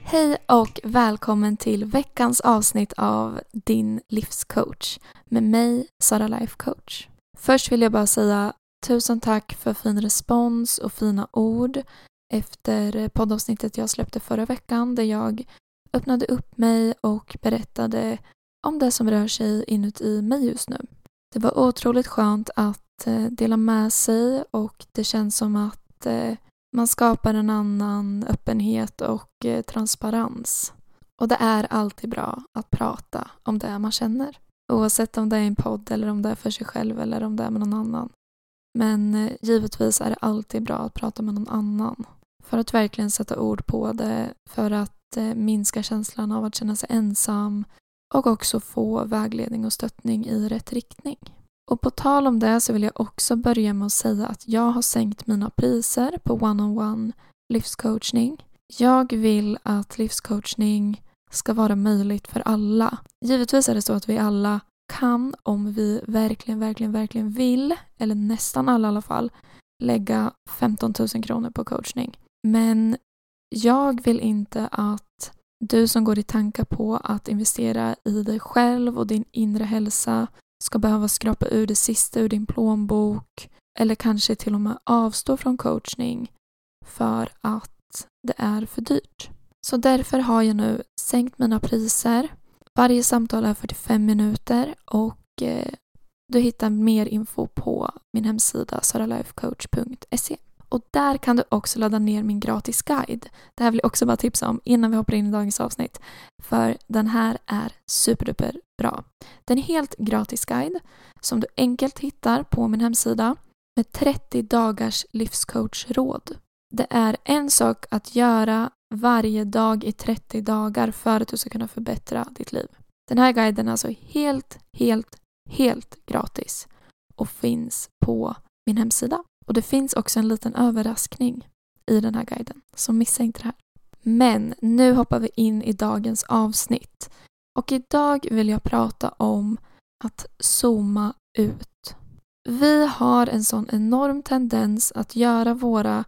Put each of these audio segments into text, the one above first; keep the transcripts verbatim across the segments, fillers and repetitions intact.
Hej och välkommen till veckans avsnitt av Din livscoach med mig, Sara Life Coach. Först vill jag bara säga tusen tack för fin respons och fina ord efter poddavsnittet jag släppte förra veckan där jag öppnade upp mig och berättade om det som rör sig inuti mig just nu. Det var otroligt skönt att dela med sig och det känns som att man skapar en annan öppenhet och eh, transparens. Och det är alltid bra att prata om det man känner. Oavsett om det är en podd eller om det är för sig själv eller om det är med någon annan. Men eh, givetvis är det alltid bra att prata med någon annan. För att verkligen sätta ord på det. För att eh, minska känslan av att känna sig ensam. Och också få vägledning och stöttning i rätt riktning. Och på tal om det så vill jag också börja med att säga att jag har sänkt mina priser på one-on-one livscoachning. Jag vill att livscoachning ska vara möjligt för alla. Givetvis är det så att vi alla kan, om vi verkligen, verkligen, verkligen vill, eller nästan alla i alla fall, lägga femton tusen kronor på coachning. Men jag vill inte att du som går i tankar på att investera i dig själv och din inre hälsa ska behöva skrapa ur det sista ur din plånbok eller kanske till och med avstå från coachning för att det är för dyrt. Så därför har jag nu sänkt mina priser. Varje samtal är fyrtiofem minuter och eh, du hittar mer info på min hemsida saralifecoach punkt se. Och där kan du också ladda ner min gratis guide. Det här vill jag också bara tipsa om innan vi hoppar in i dagens avsnitt. För den här är superduper bra. Den är helt gratis guide som du enkelt hittar på min hemsida med trettio dagars livscoachråd. Det är en sak att göra varje dag i trettio dagar för att du ska kunna förbättra ditt liv. Den här guiden är alltså helt, helt, helt gratis och finns på min hemsida. Och det finns också en liten överraskning i den här guiden, så missa inte det här. Men nu hoppar vi in i dagens avsnitt. Och idag vill jag prata om att zooma ut. Vi har en sån enorm tendens att göra våra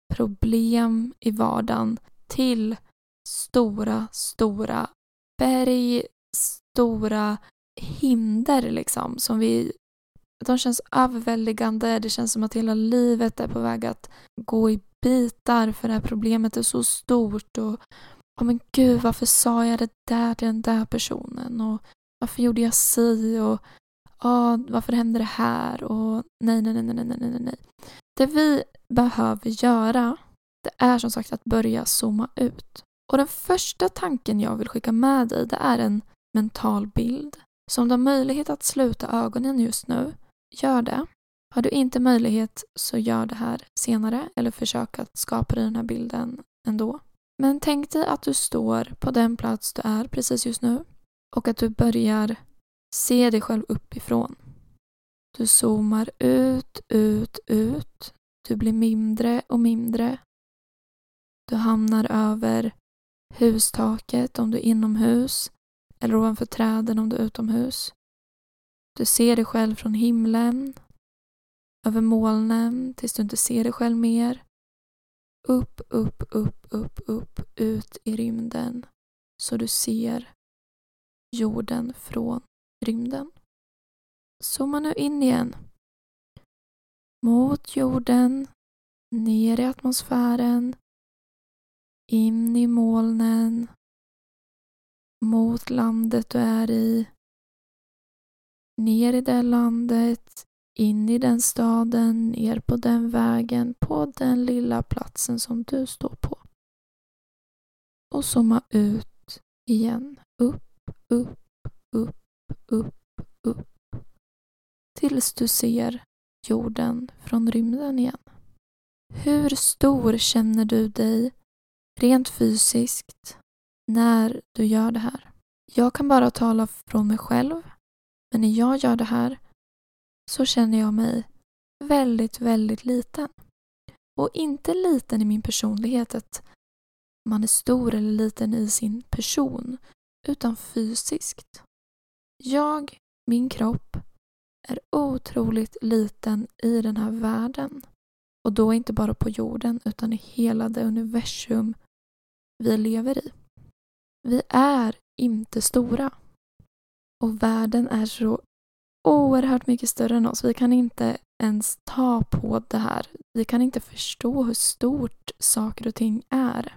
problem i vardagen till stora, stora berg, stora hinder liksom som vi De känns överväldigande. Det känns som att hela livet är på väg att gå i bitar för det här problemet är så stort. Och oh men gud, varför sa jag det där till den där personen? Och varför gjorde jag si? Och oh, varför hände det här? Och nej, nej, nej, nej, nej, nej, nej. Det vi behöver göra, det är som sagt att börja zooma ut. Och den första tanken jag vill skicka med dig, det är en mental bild. Så om du har möjlighet att sluta ögonen just nu, gör det. Har du inte möjlighet så gör det här senare eller försök att skapa dig den här bilden ändå. Men tänk dig att du står på den plats du är precis just nu och att du börjar se dig själv uppifrån. Du zoomar ut, ut, ut. Du blir mindre och mindre. Du hamnar över hustaket om du är inomhus eller ovanför träden om du är utomhus. Du ser dig själv från himlen, över molnen tills du inte ser dig själv mer. Upp, upp, upp, upp, upp, ut i rymden så du ser jorden från rymden. Zooma nu in igen. Mot jorden, ner i atmosfären, in i molnen, mot landet du är i. Ner i det landet, in i den staden, ner på den vägen, på den lilla platsen som du står på. Och zooma ut igen. Upp, upp, upp, upp, upp. Tills du ser jorden från rymden igen. Hur stor känner du dig rent fysiskt när du gör det här? Jag kan bara tala från mig själv. Men när jag gör det här så känner jag mig väldigt, väldigt liten. Och inte liten i min personlighet, att man är stor eller liten i sin person, utan fysiskt. Jag, min kropp, är otroligt liten i den här världen. Och då inte bara på jorden utan i hela det universum vi lever i. vi är inte stora. Och världen är så oerhört mycket större än oss. Vi kan inte ens ta på det här. Vi kan inte förstå hur stort saker och ting är.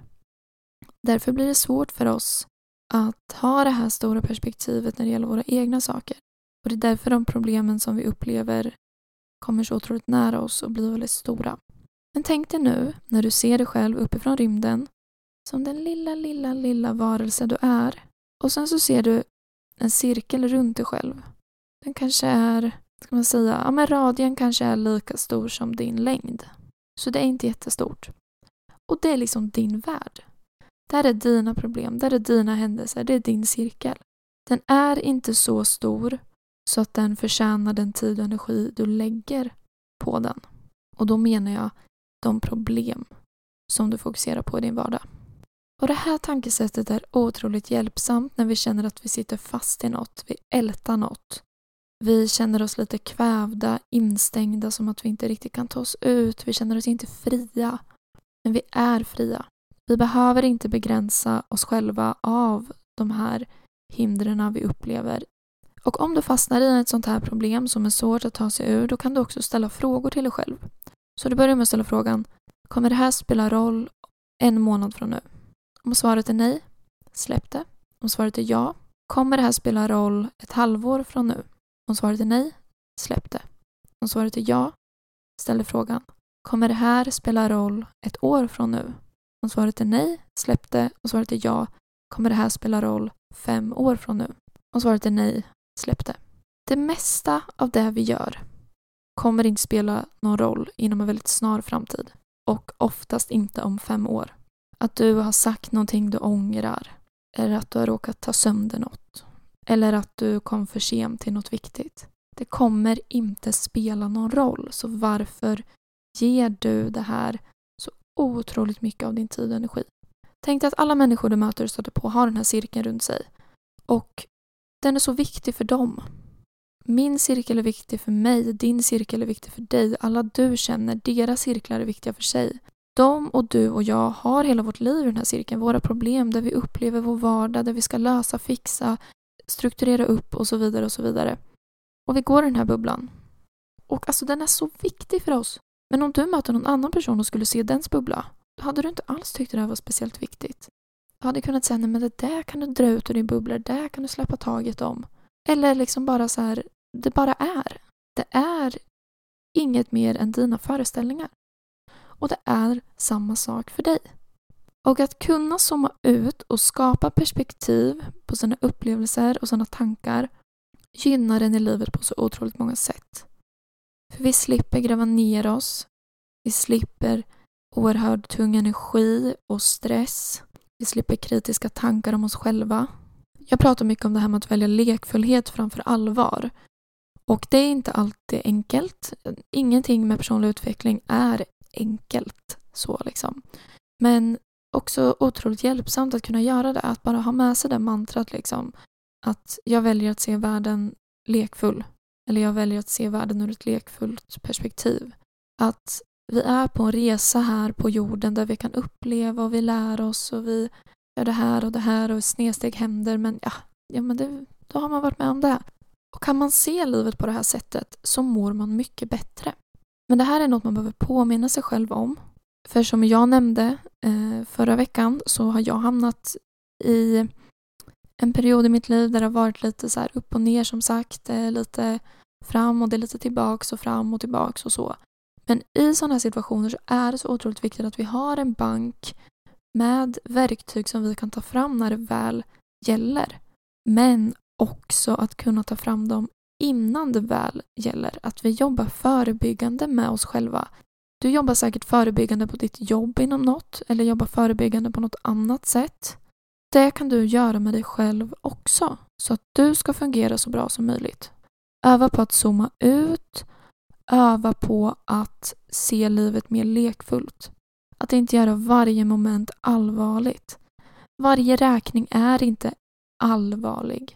Därför blir det svårt för oss att ha det här stora perspektivet när det gäller våra egna saker. Och det är därför de problemen som vi upplever kommer så otroligt nära oss och blir väldigt stora. Men tänk dig nu när du ser dig själv uppifrån rymden som den lilla, lilla, lilla varelse du är. Och sen så ser du en cirkel runt dig själv. Den kanske är, ska man säga, ja men radien kanske är lika stor som din längd. Så det är inte jättestort. Och det är liksom din värld. Där är dina problem, där är dina händelser, det är din cirkel. Den är inte så stor så att den förtjänar den tid och energi du lägger på den. Och då menar jag de problem som du fokuserar på i din vardag. Och det här tankesättet är otroligt hjälpsamt när vi känner att vi sitter fast i något, vi ältar något. Vi känner oss lite kvävda, instängda, som att vi inte riktigt kan ta oss ut. Vi känner oss inte fria. Men vi är fria. Vi behöver inte begränsa oss själva av de här hindren vi upplever. Och om du fastnar i ett sånt här problem som är svårt att ta sig ur, då kan du också ställa frågor till dig själv. Så du börjar med att ställa frågan: kommer det här spela roll en månad från nu? Om svaret är nej, släpp det. Om svaret är ja, kommer det här spela roll ett halvår från nu? Om svaret är nej, släpp det. Om svaret är ja, ställ dig frågan: kommer det här spela roll ett år från nu? Om svaret är nej, släpp det. Om svaret är ja, kommer det här spela roll fem år från nu? Om svaret är nej, släpp det. Det mesta av det vi gör kommer inte spela någon roll inom en väldigt snar framtid. Och oftast inte om fem år. Att du har sagt någonting du ångrar. Eller att du har råkat ta sönder något. Eller att du kom för sent till något viktigt. Det kommer inte spela någon roll. Så varför ger du det här så otroligt mycket av din tid och energi? Tänk dig att alla människor du möter och stöter på har den här cirkeln runt sig. Och den är så viktig för dem. Min cirkel är viktig för mig. Din cirkel är viktig för dig. Alla du känner, deras cirklar är viktiga för sig. De och du och jag har hela vårt liv i den här cirkeln. Våra problem där vi upplever vår vardag. Där vi ska lösa, fixa, strukturera upp och så vidare och så vidare. Och vi går i den här bubblan. Och alltså den är så viktig för oss. Men om du möter någon annan person och skulle se dens bubbla, då hade du inte alls tyckt det här var speciellt viktigt. Du hade kunnat säga: nej men det där kan du dra ut ur din bubbla. Det där kan du släppa taget om. Eller liksom bara så här, det bara är. Det är inget mer än dina föreställningar. Och det är samma sak för dig. Och att kunna zooma ut och skapa perspektiv på sina upplevelser och sina tankar gynnar en i livet på så otroligt många sätt. För vi slipper gräva ner oss. Vi slipper oerhört tung energi och stress. Vi slipper kritiska tankar om oss själva. Jag pratar mycket om det här med att välja lekfullhet framför allvar. Och det är inte alltid enkelt. Ingenting med personlig utveckling är enkelt så liksom. Men också otroligt hjälpsamt att kunna göra det. Att bara ha med sig det mantrat liksom. Att jag väljer att se världen lekfull. Eller jag väljer att se världen ur ett lekfullt perspektiv. Att vi är på en resa här på jorden där vi kan uppleva och vi lär oss och vi gör det här och det här och snedsteg händer. Men ja, ja men det, då har man varit med om det. Och kan man se livet på det här sättet så mår man mycket bättre. Men det här är något man behöver påminna sig själv om. För som jag nämnde eh, förra veckan så har jag hamnat i en period i mitt liv där det har varit lite så här upp och ner som sagt. Eh, lite fram och det är lite tillbaks och fram och tillbaks och så. Men i sådana här situationer så är det så otroligt viktigt att vi har en bank med verktyg som vi kan ta fram när det väl gäller. Men också att kunna ta fram dem innan det väl gäller. Att vi jobbar förebyggande med oss själva. Du jobbar säkert förebyggande på ditt jobb inom något eller jobbar förebyggande på något annat sätt. Det kan du göra med dig själv också så att du ska fungera så bra som möjligt. Öva på att zooma ut. Öva på att se livet mer lekfullt. Att inte göra varje moment allvarligt. Varje räkning är inte allvarlig.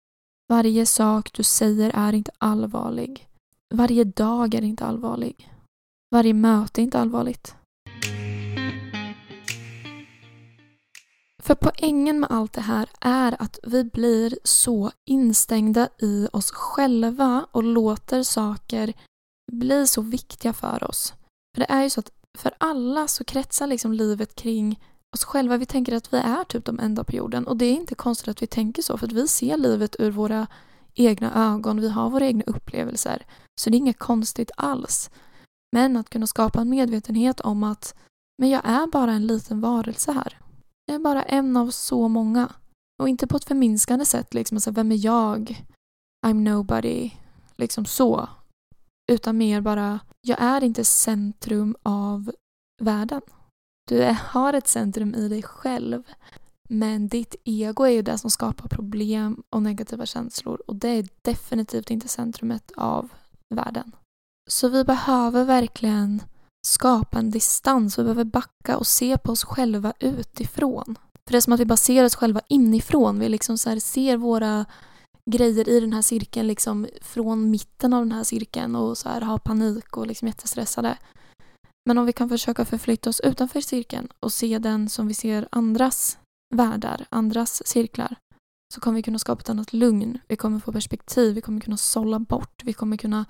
Varje sak du säger är inte allvarlig. Varje dag är inte allvarlig. Varje möte är inte allvarligt. För poängen med allt det här är att vi blir så instängda i oss själva och låter saker bli så viktiga för oss. För det är ju så att för alla så kretsar liksom livet kring oss själva. Vi tänker att vi är typ de enda på jorden. Och det är inte konstigt att vi tänker så, för att vi ser livet ur våra egna ögon. Vi har våra egna upplevelser. Så det är inget konstigt alls. Men att kunna skapa en medvetenhet om att men jag är bara en liten varelse här. Jag är bara en av så många. Och inte på ett förminskande sätt. Liksom, alltså, vem är jag? I'm nobody. Liksom så. Utan mer bara, jag är inte centrum av världen. Du är, har ett centrum i dig själv. Men ditt ego är ju det som skapar problem och negativa känslor. Och det är definitivt inte centrumet av världen. Så vi behöver verkligen skapa en distans. Vi behöver backa och se på oss själva utifrån. För det är som att vi bara ser oss själva inifrån. Vi liksom så här ser våra grejer i den här cirkeln liksom från mitten av den här cirkeln och så här har panik och liksom jättestressade. Men om vi kan försöka förflytta oss utanför cirkeln och se den som vi ser andras världar, andras cirklar, så kommer vi kunna skapa ett annat lugn. Vi kommer få perspektiv, vi kommer kunna sålla bort, vi kommer kunna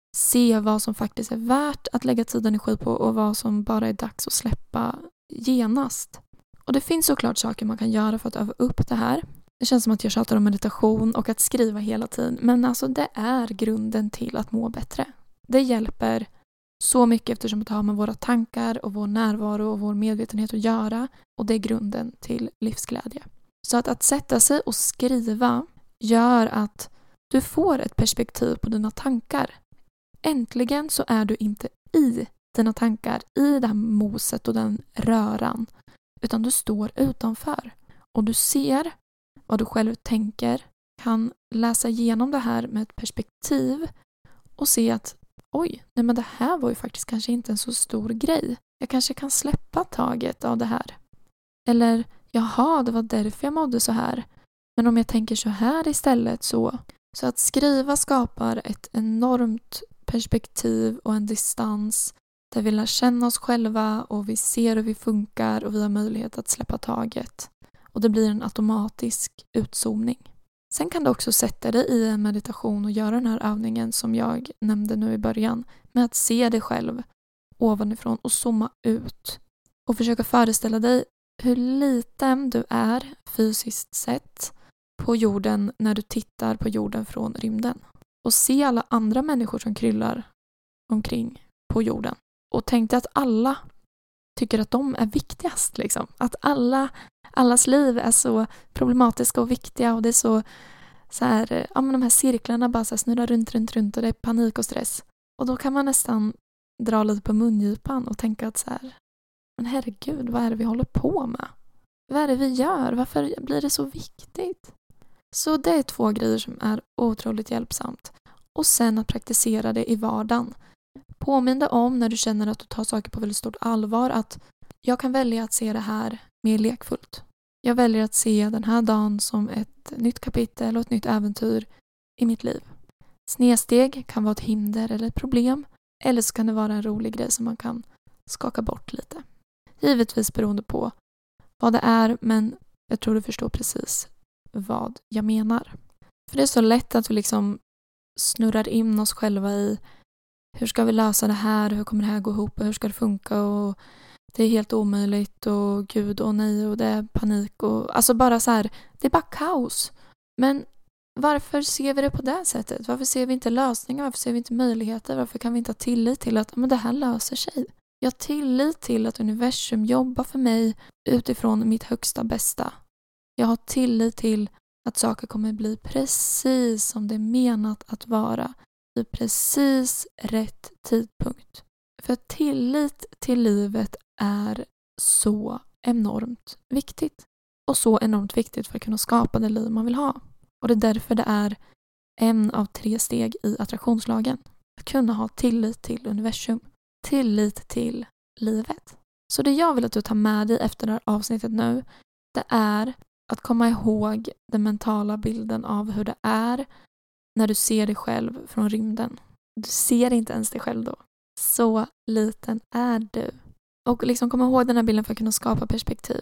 se vad som faktiskt är värt att lägga tid och energi på och vad som bara är dags att släppa genast. Och det finns såklart saker man kan göra för att öva upp det här. Det känns som att jag tjatar om meditation och att skriva hela tiden. Men alltså det är grunden till att må bättre. Det hjälper så mycket eftersom det har med våra tankar och vår närvaro och vår medvetenhet att göra. Och det är grunden till livsglädje. Så att, att sätta sig och skriva gör att du får ett perspektiv på dina tankar. Äntligen så är du inte i dina tankar, i det här moset och den röran. Utan du står utanför. Och du ser vad du själv tänker, kan läsa igenom det här med ett perspektiv och se att oj, nej men det här var ju faktiskt kanske inte en så stor grej. Jag kanske kan släppa taget av det här. Eller, jaha, det var därför jag mådde så här. Men om jag tänker så här istället så. Så att skriva skapar ett enormt perspektiv och en distans där vi lär känna oss själva och vi ser hur vi funkar och vi har möjlighet att släppa taget. Och det blir en automatisk utzoomning. Sen kan du också sätta dig i en meditation och göra den här övningen som jag nämnde nu i början. Med att se dig själv ovanifrån och zooma ut. Och försöka föreställa dig hur liten du är fysiskt sett på jorden när du tittar på jorden från rymden. Och se alla andra människor som kryllar omkring på jorden. Och tänk dig att alla tycker att de är viktigast. Liksom. Att alla, allas liv är så problematiska och viktiga och det är så, så här, ja, men de här cirklarna bara så här snurrar runt, runt, runt och det är panik och stress. Och då kan man nästan dra lite på mungipan och tänka att så här, men herregud, vad är det vi håller på med? Vad är det vi gör? Varför blir det så viktigt? Så det är två grejer som är otroligt hjälpsamt. Och sen att praktisera det i vardagen. Påminn dig om när du känner att du tar saker på väldigt stort allvar att jag kan välja att se det här mer lekfullt. Jag väljer att se den här dagen som ett nytt kapitel och ett nytt äventyr i mitt liv. Snedsteg kan vara ett hinder eller ett problem, eller så kan det vara en rolig grej som man kan skaka bort lite. Givetvis beroende på vad det är, men jag tror du förstår precis vad jag menar. För det är så lätt att vi liksom snurrar in oss själva i hur ska vi lösa det här, hur kommer det här gå ihop och hur ska det funka och det är helt omöjligt och gud och nej och det är panik och alltså bara så här, det är bara kaos. Men varför ser vi det på det sättet? Varför ser vi inte lösningar? Varför ser vi inte möjligheter? Varför kan vi inte ha tillit till att men det här löser sig? Jag har tillit till att universum jobbar för mig utifrån mitt högsta bästa. Jag har tillit till att saker kommer bli precis som det är menat att vara i precis rätt tidpunkt. För tillit till livet är så enormt viktigt. Och så enormt viktigt för att kunna skapa det liv man vill ha. Och det är därför det är en av tre steg i attraktionslagen. Att kunna ha tillit till universum. Tillit till livet. Så det jag vill att du tar med dig efter det här avsnittet nu, det är att komma ihåg den mentala bilden av hur det är när du ser dig själv från rymden. Du ser inte ens dig själv då. Så liten är du. Och liksom komma ihåg den här bilden för att kunna skapa perspektiv.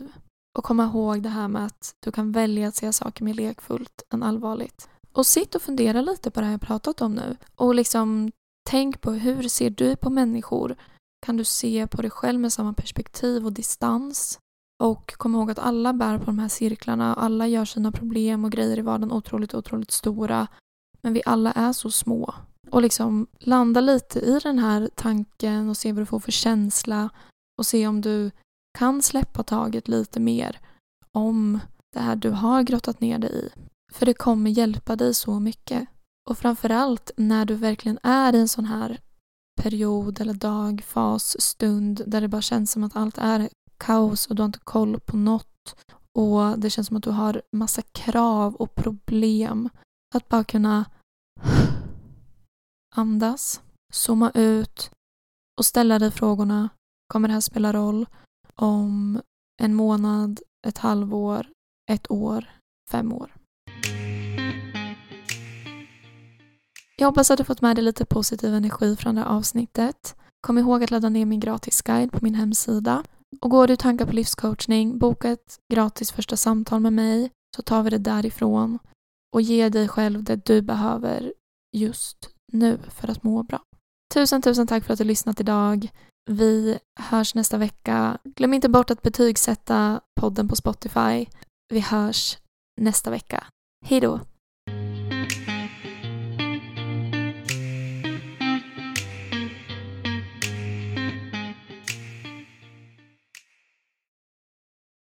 Och komma ihåg det här med att du kan välja att se saker mer lekfullt än allvarligt. Och sitt och fundera lite på det här jag pratat om nu. Och liksom tänk på hur ser du på människor? Kan du se på dig själv med samma perspektiv och distans? Och kom ihåg att alla bär på de här cirklarna. Alla gör sina problem och grejer i vardagen otroligt, otroligt stora. Men vi alla är så små. Och liksom landa lite i den här tanken och se vad du får för känsla. Och se om du kan släppa taget lite mer om det här du har grottat ner dig i. För det kommer hjälpa dig så mycket. Och framförallt när du verkligen är i en sån här period eller dag, fas, stund där det bara känns som att allt är kaos och du har inte koll på något. Och det känns som att du har massa krav och problem. Att bara kunna andas, zooma ut och ställa dig frågorna. Kommer det här spela roll om en månad, ett halvår, ett år, fem år? Jag hoppas att du fått med dig lite positiv energi från det här avsnittet. Kom ihåg att ladda ner min gratis guide på min hemsida. Och går du tankar på livscoachning, boka ett gratis första samtal med mig så tar vi det därifrån och ge dig själv det du behöver just nu för att må bra. Tusen, tusen tack för att du lyssnat idag. Vi hörs nästa vecka. Glöm inte bort att betygsätta podden på Spotify. Vi hörs nästa vecka. Hej då!